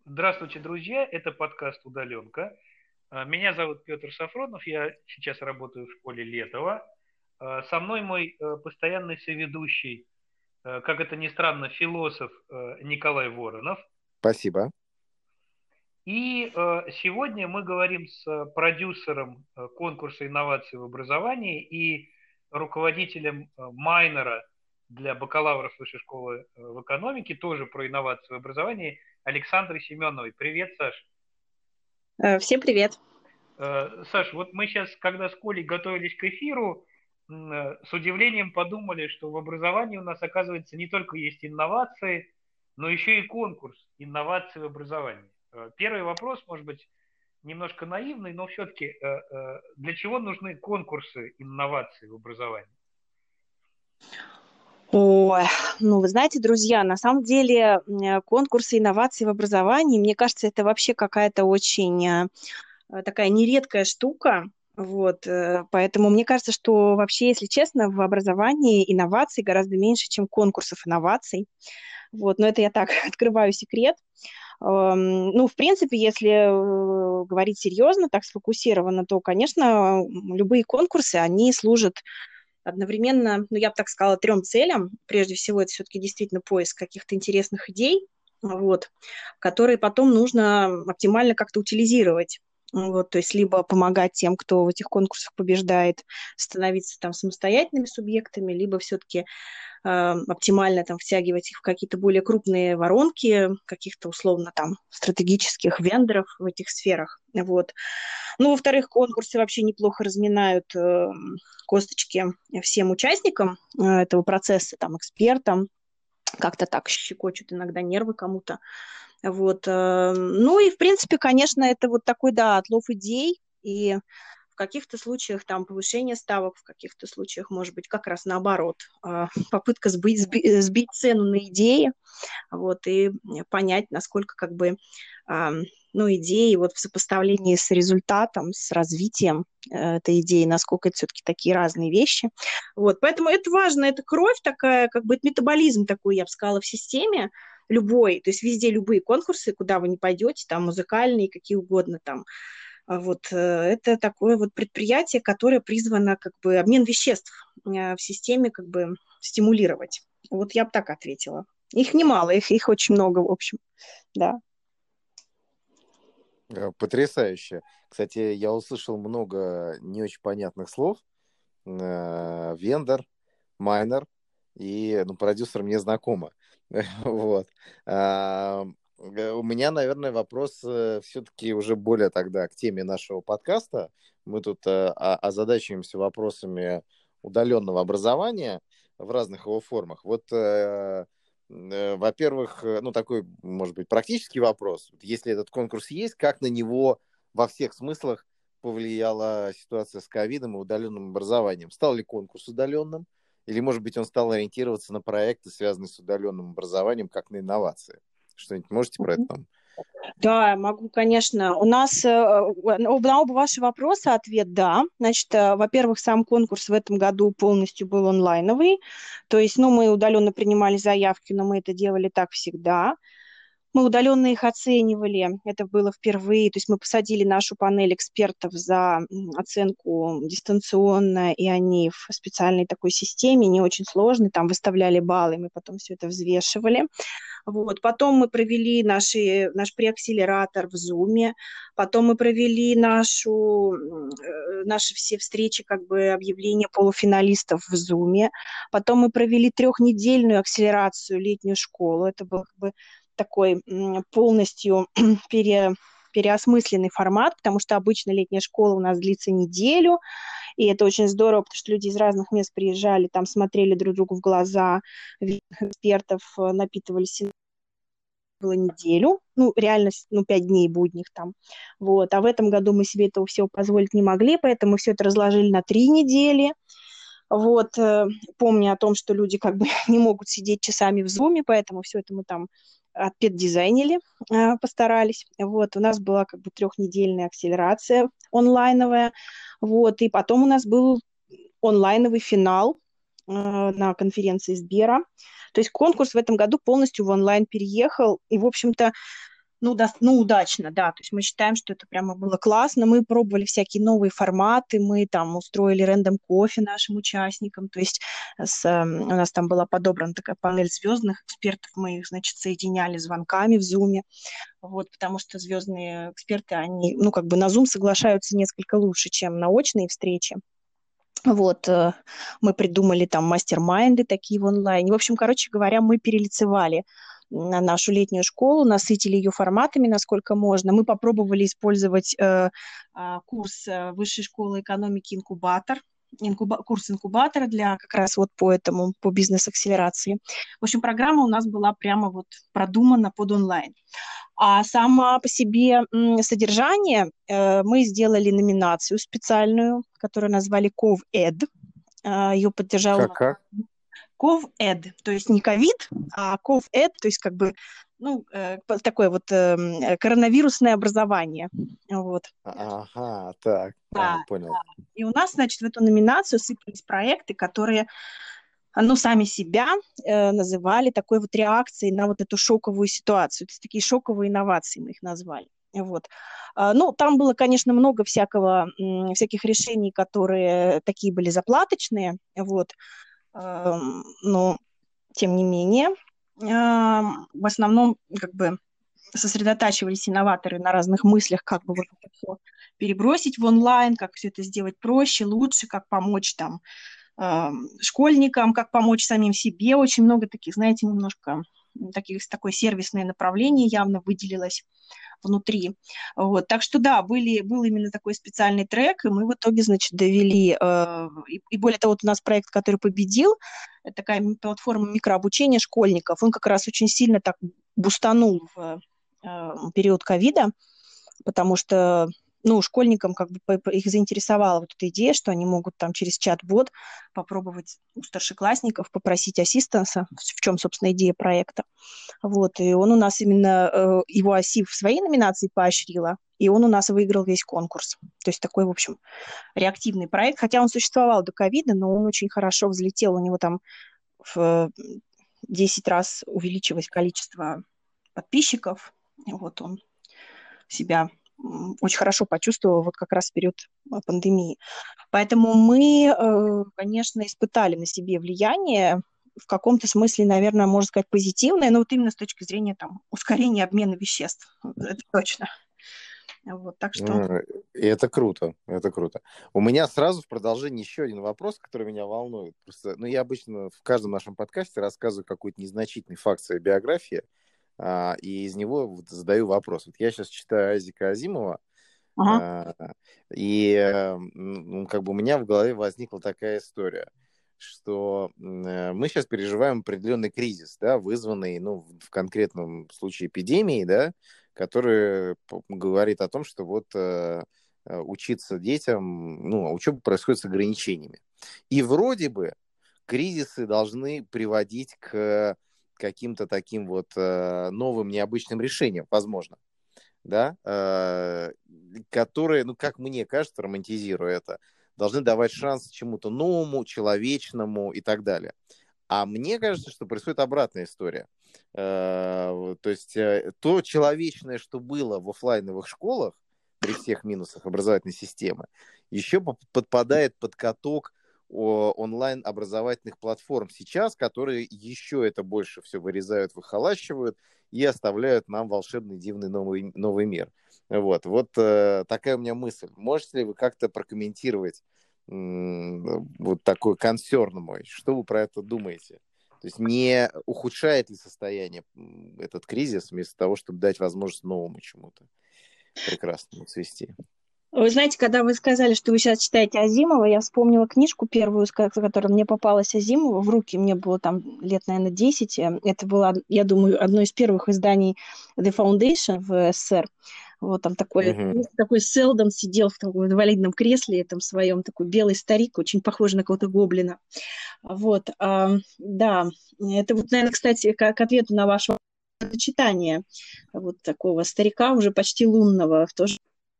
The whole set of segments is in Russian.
Здравствуйте, друзья! Это подкаст «Удаленка». Меня зовут Петр Сафронов, я сейчас работаю в школе Летова. Со мной мой постоянный соведущий, как это ни странно, философ Николай Воронов. Спасибо. И сегодня мы говорим с продюсером конкурса инноваций в образовании и руководителем майнера для бакалавров Высшей школы в экономике, тоже про инновации в образовании, Александрой Семеновой. Привет, Саш! Всем привет. Саш, вот мы сейчас, когда с Колей готовились к эфиру, с удивлением подумали, что в образовании у нас, оказывается, не только есть инновации, но еще и конкурс инноваций в образовании. Первый вопрос, может быть, немножко наивный, но все-таки для чего нужны конкурсы инноваций в образовании? Ой, вы знаете, друзья, на самом деле конкурсы инноваций в образовании, мне кажется, это вообще какая-то очень такая нередкая штука. Поэтому мне кажется, что вообще, если честно, в образовании инноваций гораздо меньше, чем конкурсов инноваций. Но это я так открываю секрет. В принципе, если говорить серьезно, так сфокусированно, то, конечно, любые конкурсы, они служат одновременно, я бы так сказала, 3 целям. Прежде всего, это все-таки действительно поиск каких-то интересных идей, которые потом нужно оптимально как-то утилизировать. То есть либо помогать тем, кто в этих конкурсах побеждает, становиться там самостоятельными субъектами, либо все-таки оптимально там втягивать их в какие-то более крупные воронки, каких-то условно там стратегических вендоров в этих сферах. Во-вторых, конкурсы вообще неплохо разминают косточки всем участникам этого процесса, там, экспертам, как-то так щекочут иногда нервы кому-то. И, в принципе, конечно, это вот такой, отлов идей, и в каких-то случаях там повышение ставок, в каких-то случаях, может быть, как раз наоборот, попытка сбить цену на идеи, и понять, насколько идеи в сопоставлении с результатом, с развитием этой идеи, насколько это все-таки такие разные вещи. Поэтому это важно, это кровь такая, это метаболизм такой, я бы сказала, в системе любой, то есть везде любые конкурсы, куда вы не пойдете, там музыкальные, какие угодно там. Это такое предприятие, которое призвано обмен веществ в системе стимулировать. Я бы так ответила. Их немало, их очень много, в общем, да. Потрясающе. Кстати, я услышал много не очень понятных слов. Вендор, майнер и продюсер мне знакомо. У меня, наверное, вопрос все-таки уже более тогда к теме нашего подкаста. Мы тут озадачиваемся вопросами удаленного образования в разных его формах. Во-первых, такой, может быть, практический вопрос. Если этот конкурс есть, как на него во всех смыслах повлияла ситуация с ковидом и удаленным образованием? Стал ли конкурс удаленным? Или, может быть, он стал ориентироваться на проекты, связанные с удаленным образованием, как на инновации? Что-нибудь можете про это там? Да, могу, конечно. У нас на оба ваши вопроса ответ «да». Значит, во-первых, сам конкурс в этом году полностью был онлайновый. То есть, мы удаленно принимали заявки, но мы это делали так всегда. Мы удаленно их оценивали, это было впервые, то есть мы посадили нашу панель экспертов за оценку дистанционно, и они в специальной такой системе, не очень сложной, там выставляли баллы, мы потом все это взвешивали. Потом мы провели наш преакселератор в Zoom, потом мы провели наши все встречи, объявления полуфиналистов в Zoom, потом мы провели 3-недельную акселерацию летнюю школу, это был такой полностью переосмысленный формат, потому что обычно летняя школа у нас длится неделю, и это очень здорово, потому что люди из разных мест приезжали, там смотрели друг другу в глаза, экспертов, напитывались было неделю, реально, 5 дней будних там, а в этом году мы себе этого всего позволить не могли, поэтому мы все это разложили на 3 недели, помня о том, что люди не могут сидеть часами в Zoom, поэтому все это мы там отпеддизайнили, постарались. У нас была 3-недельная акселерация онлайновая, и потом у нас был онлайновый финал на конференции Сбера. То есть конкурс в этом году полностью в онлайн переехал, и, в общем-то, Ну, удачно, да. То есть мы считаем, что это прямо было классно. Мы пробовали всякие новые форматы. Мы там устроили рэндом кофе нашим участникам. То есть у нас там была подобрана такая панель звездных экспертов. Мы их, значит, соединяли звонками в Zoom. Вот, потому что звездные эксперты, они, ну, как бы на Zoom соглашаются несколько лучше, чем на очные встречи. Вот, мы придумали там мастер-майнды такие в онлайне. В общем, короче говоря, мы перелицевали на нашу летнюю школу, насытили ее форматами, насколько можно. Мы попробовали использовать курс Высшей школы экономики «Инкубатор», курс инкубатора для как раз вот по бизнес-акселерации. В общем, программа у нас была прямо вот продумана под онлайн. А само по себе содержание мы сделали номинацию специальную, которую назвали CovEd. Ее поддержал Как? CovEd, то есть не ковид, а CovEd, то есть как бы ну, такое вот коронавирусное образование. Вот. Ага, так, Да. понял. И у нас, значит, в эту номинацию сыпались проекты, которые ну, сами себя называли такой вот реакцией на вот эту шоковую ситуацию. То есть такие шоковые инновации мы их назвали. Вот. Ну, там было, конечно, много всяких решений, которые такие были заплаточные, вот. Но, тем не менее, в основном, как бы, сосредотачивались инноваторы на разных мыслях, как бы вот это все перебросить в онлайн, как все это сделать проще, лучше, как помочь там школьникам, как помочь самим себе. Очень много таких, знаете, немножко такое сервисное направление явно выделилось внутри. Вот. Так что да, был именно такой специальный трек, и мы в итоге, значит, довели, и более того, вот у нас проект, который победил, это такая платформа микрообучения школьников, он как раз очень сильно так бустанул в период ковида, потому что ну, школьникам как бы их заинтересовала вот эта идея, что они могут там через чат-бот попробовать у старшеклассников попросить ассистанса, в чем, собственно, идея проекта. Вот, и он у нас именно, его ОСИ в своей номинации поощрила, и он у нас выиграл весь конкурс. То есть такой, в общем, реактивный проект, хотя он существовал до ковида, но он очень хорошо взлетел, у него там в 10 раз увеличилось количество подписчиков, вот он себя очень хорошо почувствовала вот как раз в период пандемии. Поэтому мы, конечно, испытали на себе влияние, в каком-то смысле, наверное, можно сказать, позитивное, но вот именно с точки зрения там, ускорения обмена веществ. Это точно. Вот, так что... И это круто, это круто. У меня сразу в продолжении еще один вопрос, который меня волнует. Просто, ну, я обычно в каждом нашем подкасте рассказываю какой-то незначительный факт своей биографии, и из него вот задаю вопрос. Вот я сейчас читаю Айзека Азимова, Ага. и ну, как бы у меня в голове возникла такая история, что мы сейчас переживаем определенный кризис, да, вызванный, ну, в конкретном случае эпидемией, да, который говорит о том, что вот учиться детям, ну, учеба происходит с ограничениями. И вроде бы кризисы должны приводить к каким-то таким вот новым необычным решениям, возможно, да, которые, ну, как мне кажется, романтизируя это, должны давать шанс чему-то новому, человечному и так далее. А мне кажется, что происходит обратная история. То есть то человечное, что было в офлайновых школах, при всех минусах образовательной системы, еще подпадает под каток онлайн-образовательных платформ сейчас, которые еще это больше все вырезают, выхолащивают и оставляют нам волшебный, дивный новый мир. Вот такая у меня мысль. Можете ли вы как-то прокомментировать вот такой консерн мой? Что вы про это думаете? То есть не ухудшает ли состояние этот кризис вместо того, чтобы дать возможность новому чему-то прекрасному цвести? Вы знаете, когда вы сказали, что вы сейчас читаете Азимова, я вспомнила книжку первую, которая мне попалась Азимова в руки. Мне было там лет, наверное, 10. Это было, я думаю, одно из первых изданий The Foundation в СССР. Вот там такой Селдон сидел в таком инвалидном кресле, там своем, такой белый старик, очень похожий на кого-то гоблина. Вот, да, это вот, наверное, кстати, к ответу на ваше читание вот такого старика, уже почти лунного, тоже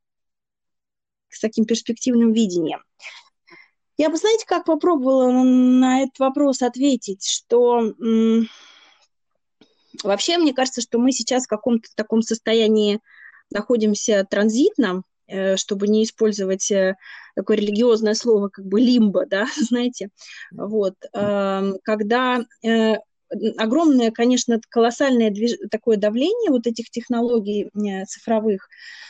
с таким перспективным видением. Я бы, знаете, как попробовала на этот вопрос ответить, что Вообще, мне кажется, что мы сейчас в каком-то таком состоянии находимся транзитном, чтобы не использовать такое религиозное слово, как бы лимбо, да, знаете, вот, когда огромное, конечно, колоссальное такое давление вот этих технологий цифровых,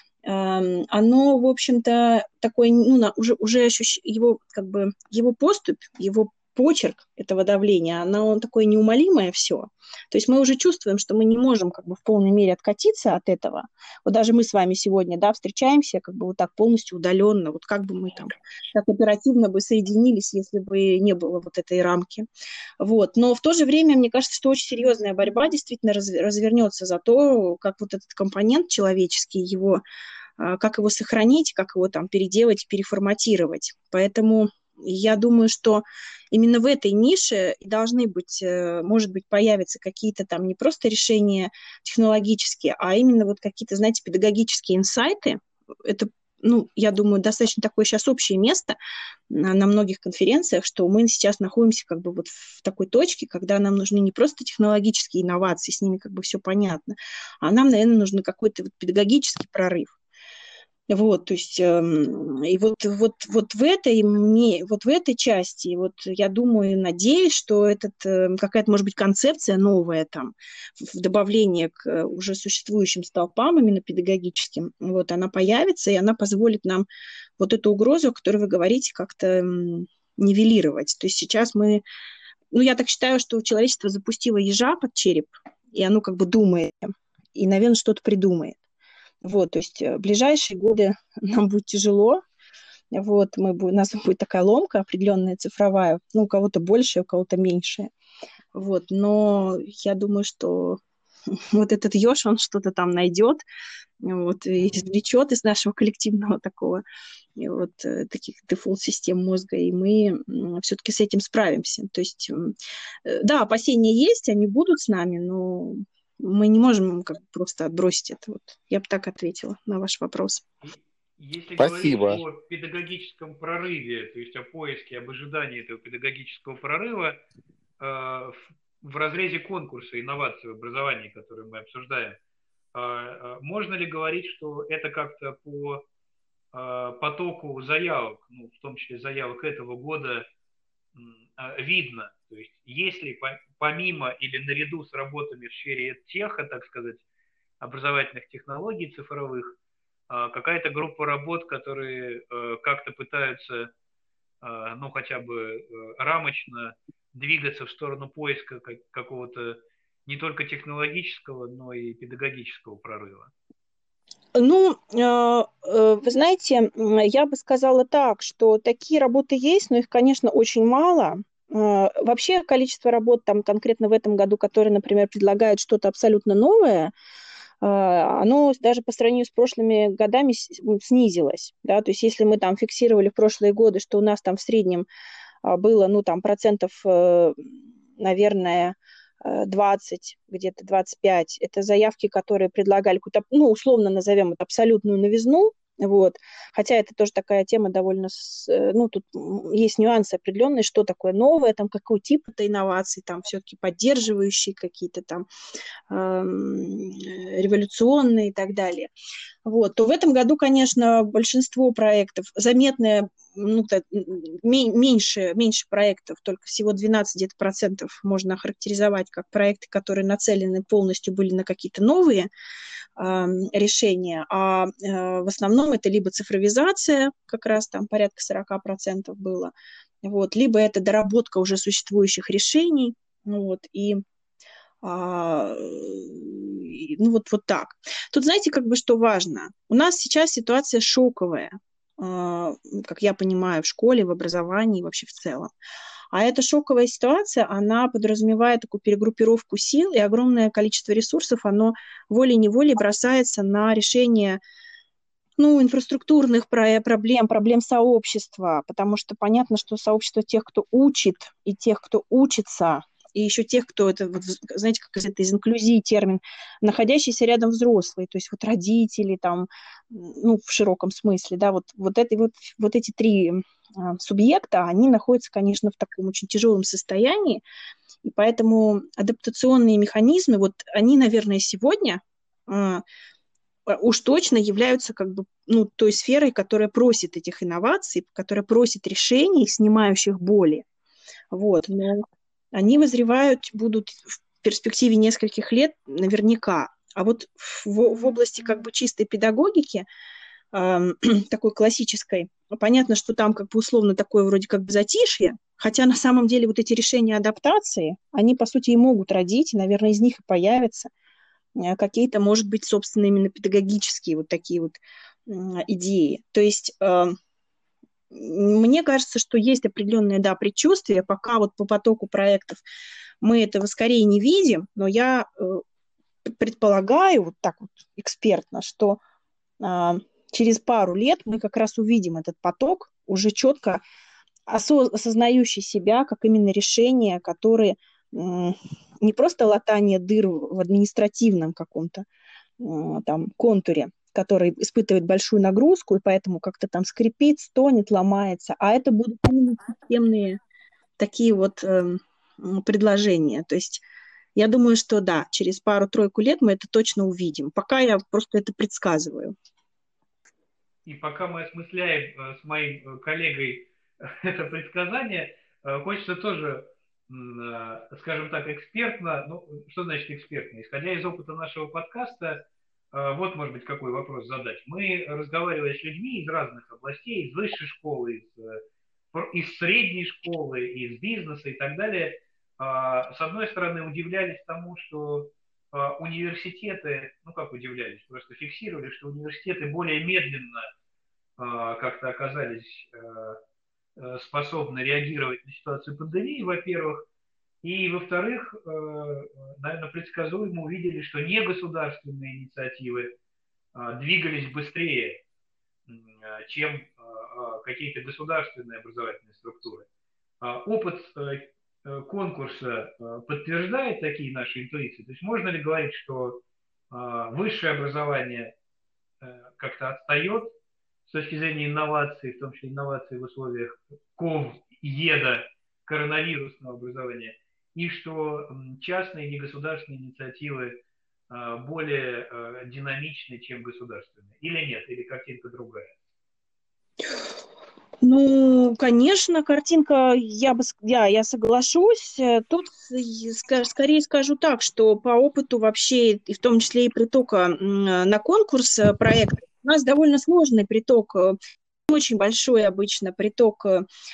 оно, в общем-то, такой, ну, уже его, как бы, его поступь, его почерк этого давления, оно такое неумолимое все. То есть мы уже чувствуем, что мы не можем как бы в полной мере откатиться от этого. Вот даже мы с вами сегодня, да, встречаемся как бы вот так полностью удаленно, вот как бы мы там так оперативно бы соединились, если бы не было вот этой рамки. Вот. Но в то же время, мне кажется, что очень серьезная борьба действительно развернется за то, как вот этот компонент человеческий, его как его сохранить, как его там переделать, переформатировать. Поэтому я думаю, что именно в этой нише должны быть, может быть, появятся какие-то там не просто решения технологические, а именно вот какие-то, знаете, педагогические инсайты. Это, ну, я думаю, достаточно такое сейчас общее место на многих конференциях, что мы сейчас находимся как бы вот в такой точке, когда нам нужны не просто технологические инновации, с ними как бы все понятно, а нам, наверное, нужен какой-то вот педагогический прорыв. Вот, то есть, и вот в этой части, вот я думаю и надеюсь, что какая-то, может быть, концепция новая там, в добавление к уже существующим столпам, именно педагогическим, вот, она появится, и она позволит нам вот эту угрозу, о которой вы говорите, как-то нивелировать. То есть сейчас мы, ну, я так считаю, что человечество запустило ежа под череп, и оно как бы думает, и, наверное, что-то придумает. Вот, то есть в ближайшие годы нам будет тяжело, вот, у нас будет такая ломка определенная цифровая, ну, у кого-то больше, у кого-то меньше, вот, но я думаю, что вот этот еж, он что-то там найдет, вот, и извлечет из нашего коллективного такого, вот, таких дефолт-систем мозга, и мы все-таки с этим справимся. То есть, да, опасения есть, они будут с нами, но мы не можем как бы просто отбросить это. Вот. Я бы так ответила на ваш вопрос. Если говорить Спасибо. о педагогическом прорыве, то есть о поиске, об ожидании этого педагогического прорыва в разрезе конкурса инноваций в образовании, который мы обсуждаем, можно ли говорить, что это как-то по потоку заявок, ну, в том числе заявок этого года, видно? То есть если помимо или наряду с работами в сфере теха, так сказать, образовательных технологий цифровых, какая-то группа работ, которые как-то пытаются, ну, хотя бы рамочно двигаться в сторону поиска какого-то не только технологического, но и педагогического прорыва? Ну, вы знаете, я бы сказала так, что такие работы есть, но их, конечно, очень мало. Вообще количество работ там конкретно в этом году, которые, например, предлагают что-то абсолютно новое, оно даже по сравнению с прошлыми годами снизилось. Да? То есть если мы там фиксировали в прошлые годы, что у нас там в среднем было, ну, там, процентов, наверное, 20, где-то 25. Это заявки, которые предлагали какую-то, ну, условно назовем это абсолютную новизну, вот. Хотя это тоже такая тема довольно, ну, тут есть нюансы определенные, что такое новое, там, какой тип это инноваций, там, все-таки поддерживающие какие-то там, революционные и так далее. Вот. То в этом году, конечно, большинство проектов, заметное, ну, меньше проектов, только всего 12 где-то процентов можно охарактеризовать как проекты, которые нацелены полностью были на какие-то новые решения, а в основном это либо цифровизация, как раз там порядка 40% было, вот, либо это доработка уже существующих решений, вот, и ну вот так. Тут знаете, как бы что важно? У нас сейчас ситуация шоковая, как я понимаю, в школе, в образовании, вообще в целом. А эта шоковая ситуация, она подразумевает такую перегруппировку сил, и огромное количество ресурсов, оно волей-неволей бросается на решение, ну, инфраструктурных проблем сообщества, потому что понятно, что сообщество тех, кто учит, и тех, кто учится, и еще тех, кто это, вот, знаете, как это из инклюзии термин, находящиеся рядом взрослые, то есть вот родители там, ну, в широком смысле, да, вот эти три субъекта, они находятся, конечно, в таком очень тяжелом состоянии, и поэтому адаптационные механизмы, вот они, наверное, сегодня уж точно являются как бы, ну, той сферой, которая просит этих инноваций, которая просит решений, снимающих боли. Вот. Но они вызревают, будут в перспективе нескольких лет наверняка. А вот в области как бы чистой педагогики, такой классической, понятно, что там как бы условно такое вроде как бы затишье, хотя на самом деле вот эти решения адаптации, они, по сути, и могут родить, и, наверное, из них и появятся какие-то, может быть, собственно, именно педагогические вот такие вот идеи. То есть мне кажется, что есть определенное, да, предчувствие, пока вот по потоку проектов мы этого скорее не видим, но я предполагаю вот так вот экспертно, что через пару лет мы как раз увидим этот поток, уже четко осознающий себя как именно решения, которые не просто латание дыр в административном каком-то там контуре, который испытывает большую нагрузку и поэтому как-то там скрипит, стонет, ломается, а это будут именно системные такие вот предложения. То есть я думаю, что да, через пару-тройку лет мы это точно увидим. Пока я просто это предсказываю. И пока мы осмысляем с моим коллегой это предсказание, хочется тоже, скажем так, экспертно, ну, что значит экспертно? Исходя из опыта нашего подкаста, вот, может быть, какой вопрос задать. Мы разговаривали с людьми из разных областей, из высшей школы, из средней школы, из бизнеса и так далее. С одной стороны, удивлялись тому, что университеты, ну как удивлялись, просто фиксировали, что университеты более медленно как-то оказались способны реагировать на ситуацию пандемии, во-первых, и, во-вторых, наверное, предсказуемо увидели, что негосударственные инициативы двигались быстрее, чем какие-то государственные образовательные структуры. Опыт конкурса подтверждает такие наши интуиции? То есть можно ли говорить, что высшее образование как-то отстает с точки зрения инноваций, в том числе инноваций в условиях ковида, коронавирусного образования, и что частные негосударственные инициативы более динамичны, чем государственные? Или нет? Или картинка другая? Ну, конечно, картинка, я соглашусь. Тут скорее скажу так, что по опыту вообще, и в том числе и притока на конкурс проекта, у нас довольно сложный приток, очень большой обычно приток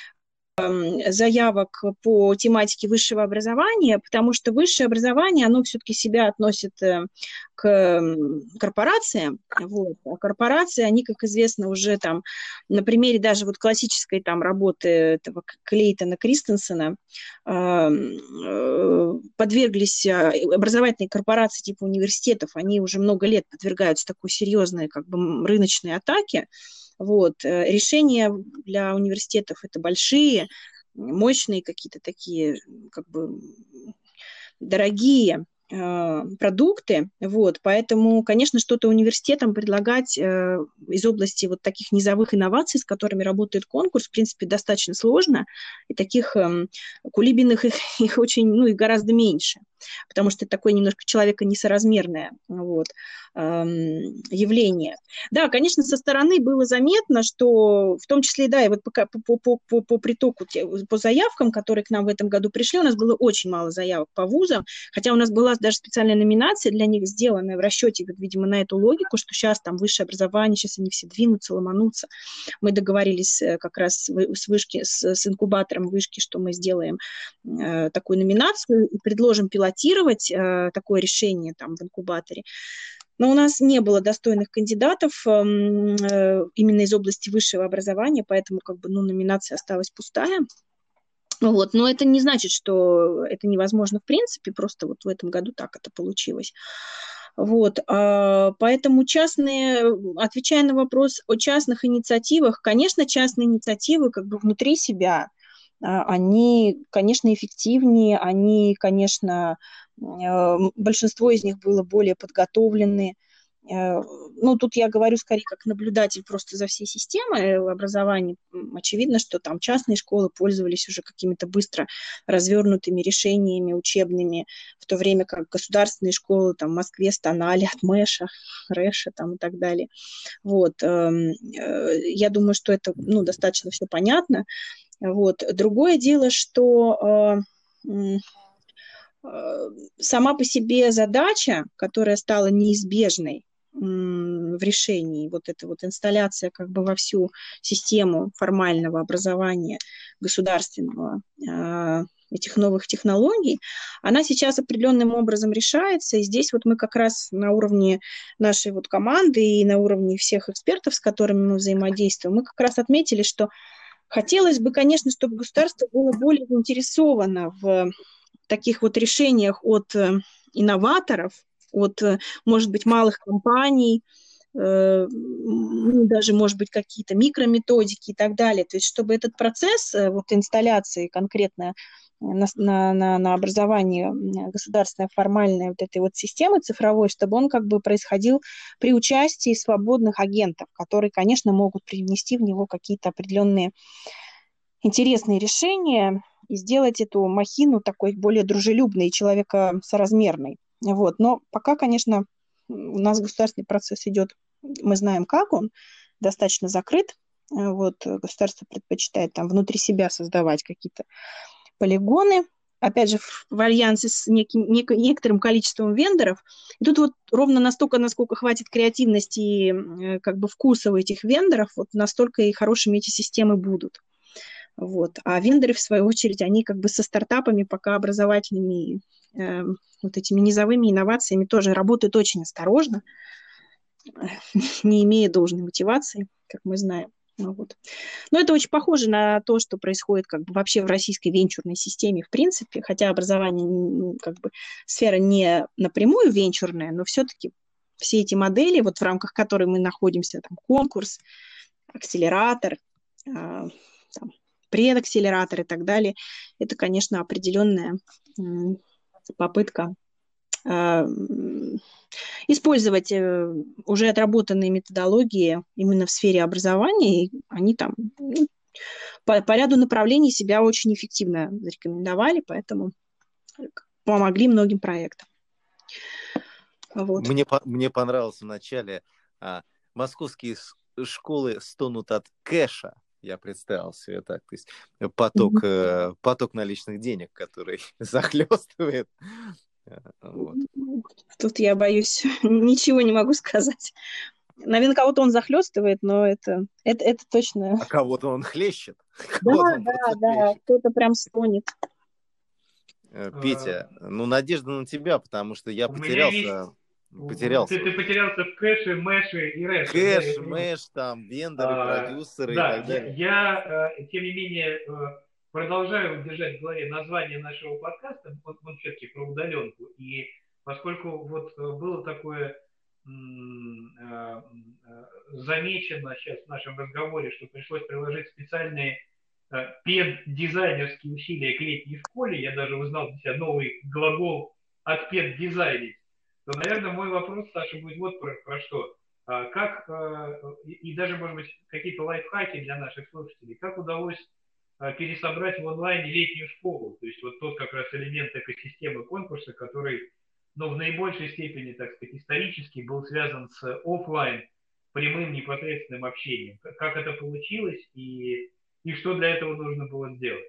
заявок по тематике высшего образования, потому что высшее образование, оно все-таки себя относит к корпорациям, вот. А корпорации, они, как известно, уже там на примере даже вот классической там работы этого Клейтона Кристенсена подверглись образовательные корпорации типа университетов, они уже много лет подвергаются такой серьезной как бы рыночной атаке. Вот. Решения для университетов это большие, мощные какие-то такие как бы дорогие продукты, вот, поэтому, конечно, что-то университетам предлагать из области вот таких низовых инноваций, с которыми работает конкурс, в принципе, достаточно сложно, и таких кулибиных их очень, ну, и гораздо меньше, потому что это такое немножко человеконесоразмерное вот, явление. Да, конечно, со стороны было заметно, что в том числе, да, и вот по притоку, по заявкам, которые к нам в этом году пришли, у нас было очень мало заявок по вузам, хотя у нас была даже специальная номинация для них сделанная в расчете, вот, видимо, на эту логику, что сейчас там высшее образование, сейчас они все двинутся, ломанутся. Мы договорились как раз с вышки, с инкубатором вышки, что мы сделаем такую номинацию и предложим пилотировать такое решение там в инкубаторе. Но у нас не было достойных кандидатов именно из области высшего образования, поэтому как бы, ну, номинация осталась пустая. Вот. Но это не значит, что это невозможно в принципе, просто вот в этом году так это получилось. Вот. Поэтому отвечая на вопрос о частных инициативах, конечно, частные инициативы как бы внутри себя они, конечно, эффективнее, они, конечно, большинство из них было более подготовлены. Ну, тут я говорю скорее как наблюдатель просто за всей системой образования. Очевидно, что там частные школы пользовались уже какими-то быстро развернутыми решениями учебными, в то время как государственные школы там в Москве стонали от Мэша, Рэша там и так далее. Вот. Я думаю, что это, ну, достаточно все понятно. Вот. Другое дело, что сама по себе задача, которая стала неизбежной в решении, вот эта вот инсталляция как бы во всю систему формального образования государственного этих новых технологий, она сейчас определенным образом решается, и здесь вот мы как раз на уровне нашей вот команды и на уровне всех экспертов, с которыми мы взаимодействуем, мы как раз отметили, что хотелось бы, конечно, чтобы государство было более заинтересовано в таких вот решениях от инноваторов, от, может быть, малых компаний, даже, может быть, какие-то микрометодики и так далее. То есть, чтобы этот процесс вот инсталляции конкретно на образование государственной формальной вот этой вот системы цифровой, чтобы он как бы происходил при участии свободных агентов, которые, конечно, могут привнести в него какие-то определенные интересные решения и сделать эту махину такой более дружелюбной и человекосоразмерной. Вот. Но пока, конечно, у нас государственный процесс идет, мы знаем, как он, достаточно закрыт. Вот. Государство предпочитает там внутри себя создавать какие-то полигоны, опять же, в альянсе с некоторым количеством вендоров. И тут вот ровно настолько, насколько хватит креативности и как бы вкуса у этих вендоров, вот настолько и хорошими эти системы будут. Вот. А вендоры, в свою очередь, они как бы со стартапами, пока образовательными, вот этими низовыми инновациями тоже работают очень осторожно, не имея должной мотивации, как мы знаем. Вот. Но это очень похоже на то, что происходит как бы вообще в российской венчурной системе в принципе, хотя образование как бы сфера не напрямую венчурная, но все-таки все эти модели, вот в рамках которой мы находимся, там, конкурс, акселератор, там, предакселератор и так далее, это, конечно, определенная попытка использовать уже отработанные методологии именно в сфере образования, и они там по ряду направлений себя очень эффективно зарекомендовали, поэтому помогли многим проектам. Вот. Мне понравилось в начале московские школы стонут от кэша. Я представил себе так, то есть поток наличных денег, который захлестывает. Вот. Тут я боюсь, ничего не могу сказать. Наверное, кого-то он захлестывает, но это точно. А кого-то он хлещет. Да, кто-то прям стонет. Петя, ну надежда на тебя, потому что я потерялся. Ты потерялся в кэше, мэше и рэше. Кэш, мэш, там, вендоры, продюсеры и так далее. Я, тем не менее, продолжаю держать в голове название нашего подкаста, он все-таки про удаленку. И поскольку вот было такое замечено сейчас в нашем разговоре, что пришлось приложить специальные педдизайнерские усилия к летней школе, я даже узнал для себя новый глагол «отпеддизайнить», то, наверное, мой вопрос, Саша, будет вот про что. Как, и даже, может быть, какие-то лайфхаки для наших слушателей, как удалось пересобрать в онлайне летнюю школу, то есть вот тот как раз элемент экосистемы конкурса, который, ну, в наибольшей степени, так сказать, исторически был связан с офлайн прямым непосредственным общением. Как это получилось и что для этого нужно было сделать?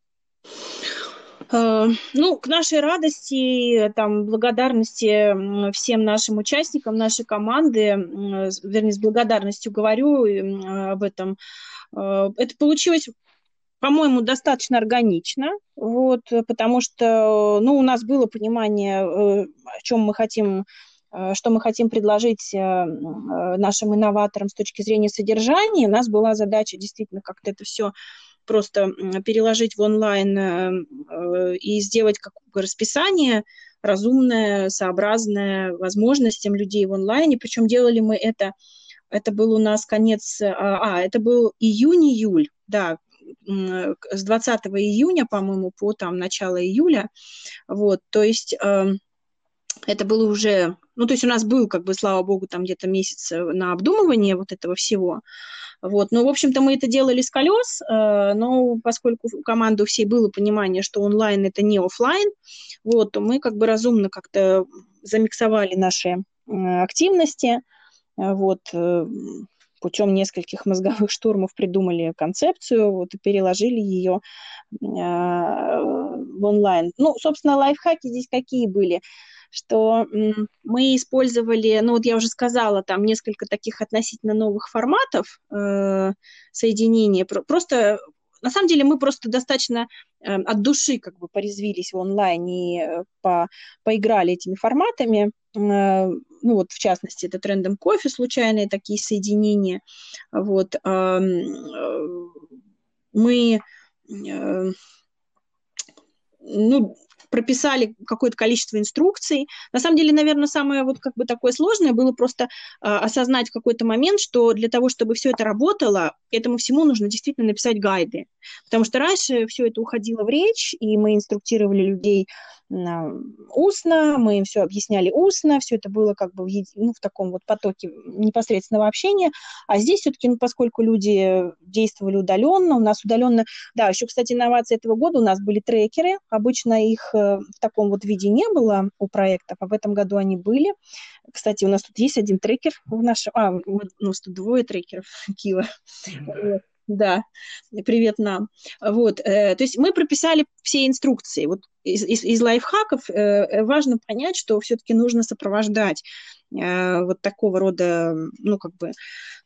Ну, к нашей радости, там, благодарности всем нашим участникам нашей команды, вернее, с благодарностью говорю об этом, это получилось, по-моему, достаточно органично, вот, потому что, ну, у нас было понимание, о чем мы хотим, что мы хотим предложить нашим инноваторам с точки зрения содержания. У нас была задача действительно как-то это все просто переложить в онлайн и сделать какое-то расписание разумное, сообразное возможностям людей в онлайне. Причем делали мы это был у нас конец, это был июнь-июль, да, с 20 июня, по-моему, по там начало июля. Вот, то есть это было уже, ну, то есть у нас был, как бы, слава богу, там где-то месяц на обдумывание вот этого всего. Вот, ну, в общем-то, мы это делали с колес, но поскольку у команды у всей было понимание, что онлайн это не офлайн, вот, то мы как бы разумно как-то замиксовали наши активности, вот, путем нескольких мозговых штурмов придумали концепцию, вот, и переложили ее в онлайн. Ну, собственно, лайфхаки здесь какие были? Что мы использовали, ну вот я уже сказала, там несколько таких относительно новых форматов соединения. Просто, на самом деле, мы просто достаточно от души как бы порезвились в онлайне и поиграли этими форматами. Ну вот, в частности, это Random Coffee, случайные такие соединения. Вот. Мы ну, прописали какое-то количество инструкций. На самом деле, наверное, самое вот как бы такое сложное было просто осознать в какой-то момент, что для того, чтобы все это работало, этому всему нужно действительно написать гайды. Потому что раньше все это уходило в речь, и мы инструктировали людей устно, мы им все объясняли устно, все это было как бы в таком вот потоке непосредственного общения. А здесь все-таки, ну, поскольку люди действовали удаленно, у нас удаленно... Да, еще, кстати, инновация этого года, у нас были трекеры, обычно их в таком вот виде не было у проектов, а в этом году они были. Кстати, у нас тут есть один трекер в нашем... у нас тут двое трекеров, Кива. Да, привет нам. Вот, то есть мы прописали все инструкции. Вот из лайфхаков важно понять, что все-таки нужно сопровождать вот такого рода, ну, как бы...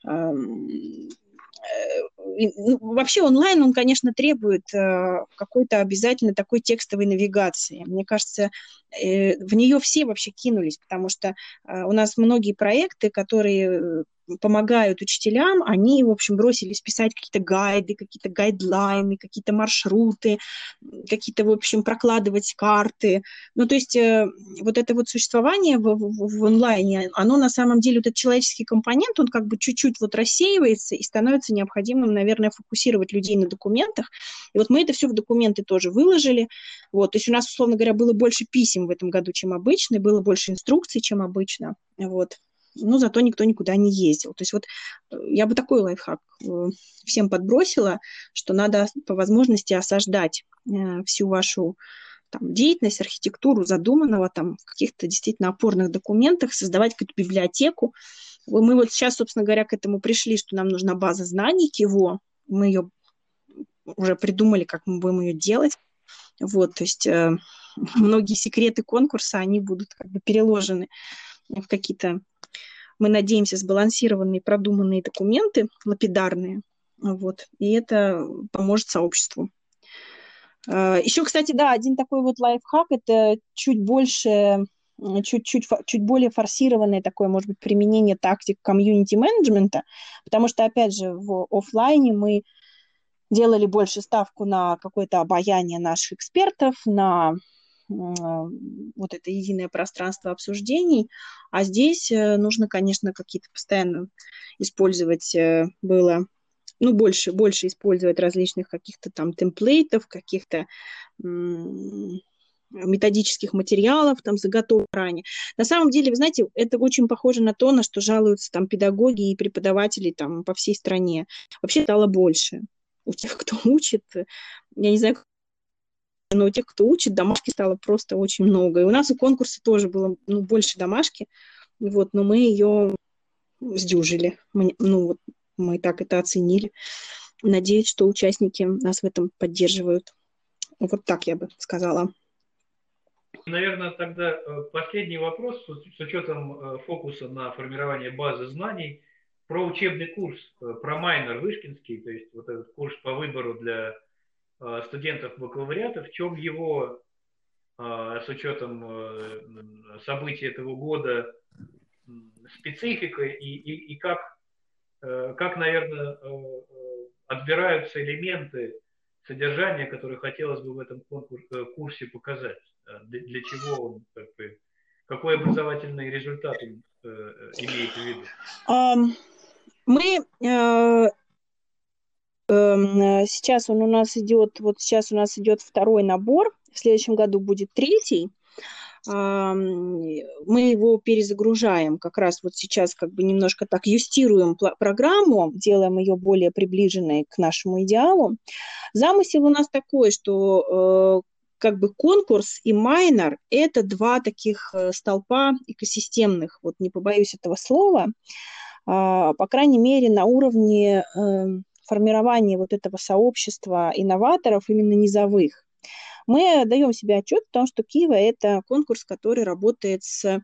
Вообще онлайн, он, конечно, требует какой-то обязательно такой текстовой навигации. Мне кажется, в нее все вообще кинулись, потому что у нас многие проекты, которые помогают учителям, они, в общем, бросились писать какие-то гайды, какие-то гайдлайны, какие-то маршруты, какие-то, в общем, прокладывать карты. Ну, то есть вот это вот существование в онлайне, оно на самом деле, вот этот человеческий компонент, он как бы чуть-чуть вот рассеивается и становится необходимым, наверное, фокусировать людей на документах. И вот мы это все в документы тоже выложили. Вот, то есть у нас, условно говоря, было больше писем в этом году, чем обычно, и было больше инструкций, чем обычно. Вот. Но зато никто никуда не ездил. То есть вот я бы такой лайфхак всем подбросила, что надо по возможности осаждать всю вашу там, деятельность, архитектуру задуманного там, в каких-то действительно опорных документах, создавать какую-то библиотеку. Мы вот сейчас, собственно говоря, к этому пришли, что нам нужна база знаний КИВО. Мы ее уже придумали, как мы будем ее делать. Вот, то есть многие секреты конкурса, они будут как бы переложены в какие-то, мы надеемся, сбалансированные, продуманные документы, лапидарные, вот, и это поможет сообществу. Еще, кстати, да, один такой вот лайфхак, это чуть более форсированное такое, может быть, применение тактик комьюнити-менеджмента, потому что, опять же, в офлайне мы делали больше ставку на какое-то обаяние наших экспертов, на вот это единое пространство обсуждений, а здесь нужно, конечно, какие-то постоянно использовать было, ну, больше использовать различных каких-то там темплейтов, каких-то методических материалов, там, заготовок ранее. На самом деле, вы знаете, это очень похоже на то, на что жалуются там педагоги и преподаватели там по всей стране. Вообще стало больше. У тех, кто учит, я не знаю, но у тех, кто учит, домашки стало просто очень много. И у нас у конкурса тоже было больше домашки, вот, но мы ее сдюжили. Мы так это оценили. Надеюсь, что участники нас в этом поддерживают. Вот так я бы сказала. Наверное, тогда последний вопрос с учетом фокуса на формирование базы знаний про учебный курс, про майнер вышкинский, то есть вот этот курс по выбору для студентов бакалавриата, в чем его, с учетом событий этого года, специфика и как, наверное, отбираются элементы содержания, которые хотелось бы в этом курсе показать. Для чего он, какой образовательный результат он имеет в виду? Мы сейчас он у нас идет, вот сейчас у нас идет второй набор, в следующем году будет третий. Мы его перезагружаем, как раз вот сейчас как бы немножко так юстируем программу, делаем ее более приближенной к нашему идеалу. Замысел у нас такой, что как бы конкурс и майнер – это два таких столпа экосистемных, вот не побоюсь этого слова, по крайней мере, на уровне формирования вот этого сообщества инноваторов именно низовых. Мы даем себе отчет в том, что Кива – это конкурс, который работает с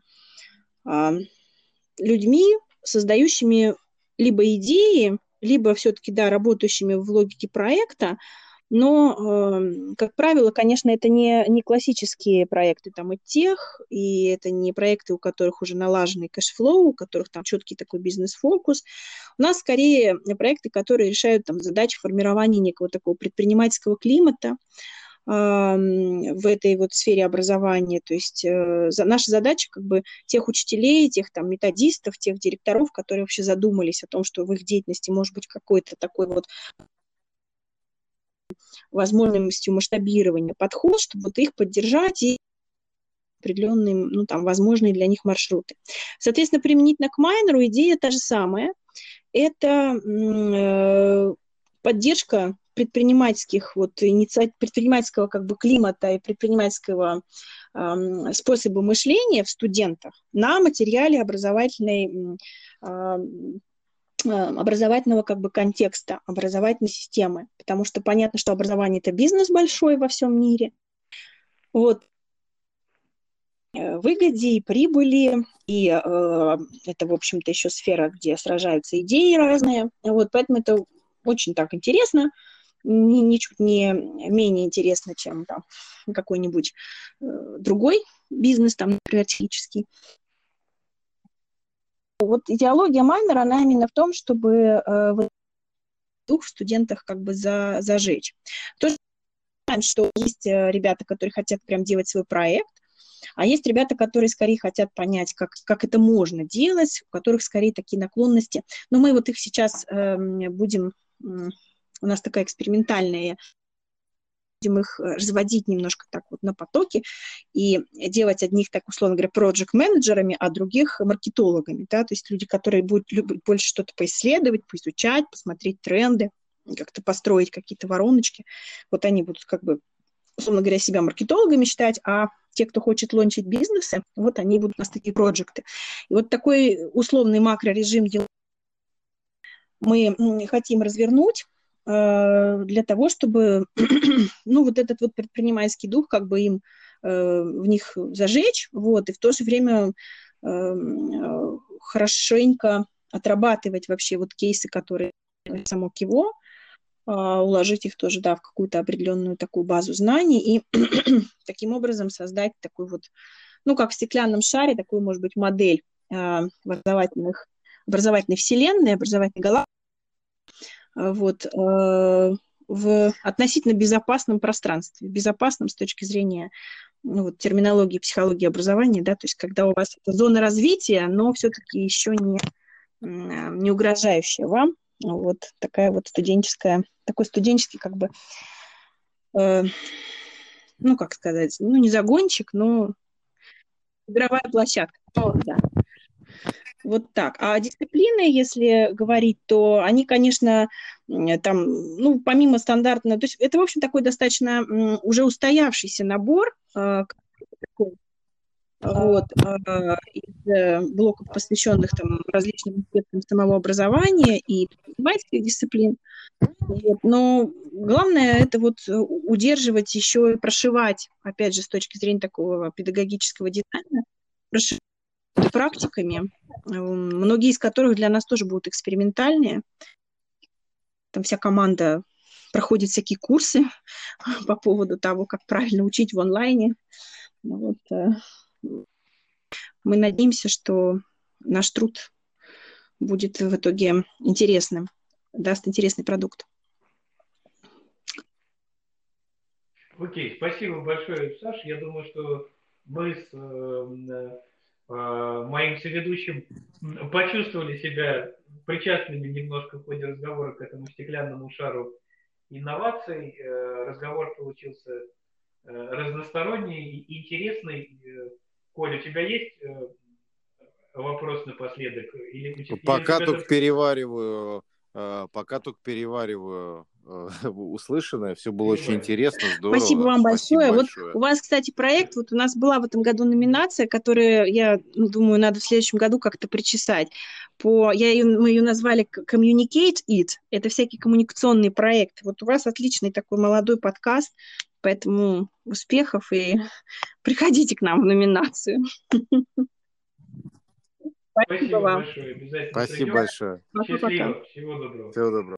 людьми, создающими либо идеи, либо все-таки, да, работающими в логике проекта, но, как правило, конечно, это не классические проекты там и тех, и это не проекты, у которых уже налаженный кэшфлоу, у которых там четкий такой бизнес-фокус. У нас скорее проекты, которые решают там задачи формирования некого такого предпринимательского климата в этой вот сфере образования. То есть наша задача как бы тех учителей, тех там методистов, тех директоров, которые вообще задумались о том, что в их деятельности может быть какой-то такой вот возможностью масштабирования подход, чтобы вот их поддержать и определенные, ну, там, возможные для них маршруты. Соответственно, применительно к майнеру идея та же самая. Это поддержка предпринимательских вот предпринимательского как бы климата и предпринимательского способа мышления в студентах на материале образовательного как бы контекста, образовательной системы, потому что понятно, что образование – это бизнес большой во всем мире. Вот. Выгоде и прибыли, и это, в общем-то, еще сфера, где сражаются идеи разные. Вот, поэтому это очень так интересно, ничуть не менее интересно, чем там какой-нибудь другой бизнес, там, например, технический. Вот идеология майнера, она именно в том, чтобы дух в студентах как бы зажечь. То, что есть ребята, которые хотят прям делать свой проект, а есть ребята, которые скорее хотят понять, как это можно делать, у которых скорее такие наклонности. Но мы вот их сейчас будем, у нас такая экспериментальная, будем их разводить немножко так вот на потоке и делать одних, так условно говоря, проект-менеджерами, а других маркетологами, да, то есть люди, которые будут любить больше что-то поисследовать, поизучать, посмотреть тренды, как-то построить какие-то вороночки. Вот они будут как бы, условно говоря, себя маркетологами считать, а те, кто хочет лончить бизнесы, вот они будут у нас такие проекты. И вот такой условный макрорежим мы хотим развернуть для того, чтобы ну, вот этот вот предпринимательский дух как бы им в них зажечь, вот, и в то же время хорошенько отрабатывать вообще вот кейсы, которые само КИВО, уложить их тоже, да, в какую-то определенную такую базу знаний и таким образом создать такой вот, ну, как в стеклянном шаре, такую, может быть, модель образовательной вселенной, образовательной галактики, вот, в относительно безопасном пространстве, безопасном с точки зрения, ну, вот, терминологии, психологии образования, да, то есть когда у вас это зона развития, но все-таки еще не угрожающая вам, вот такая вот такой студенческий как бы, ну, как сказать, ну, не загончик, но игровая площадка. Вот, да. Вот так. А дисциплины, если говорить, то они, конечно, там, ну, помимо стандартного, то есть это, в общем, такой достаточно уже устоявшийся набор, вот, из блоков, посвященных там различным аспектам самого образования и предпринимательских дисциплин. Вот. Но главное это вот удерживать еще и прошивать, опять же, с точки зрения такого педагогического дизайна, прошивать практиками, многие из которых для нас тоже будут экспериментальные. Там вся команда проходит всякие курсы по поводу того, как правильно учить в онлайне. Вот. Мы надеемся, что наш труд будет в итоге интересным, даст интересный продукт. Окей, спасибо большое, Саша. Я думаю, что мы с моим соведущим почувствовали себя причастными немножко в ходе разговора к этому стеклянному шару инноваций. Разговор получился разносторонний и интересный. Коль, у тебя есть вопрос напоследок? Пока только перевариваю услышанное. Все было очень интересно, здорово. Спасибо вам большое. Вот большое. у вас, кстати, проект, вот у нас была в этом году номинация, которую, я думаю, надо в следующем году как-то причесать. Мы ее назвали Communicate It. Это всякий коммуникационный проект. Вот у вас отличный такой молодой подкаст, поэтому успехов и приходите к нам в номинацию. Спасибо вам большое. Обязательно Спасибо придем. большое. Счастливо. Всего доброго. Всего доброго.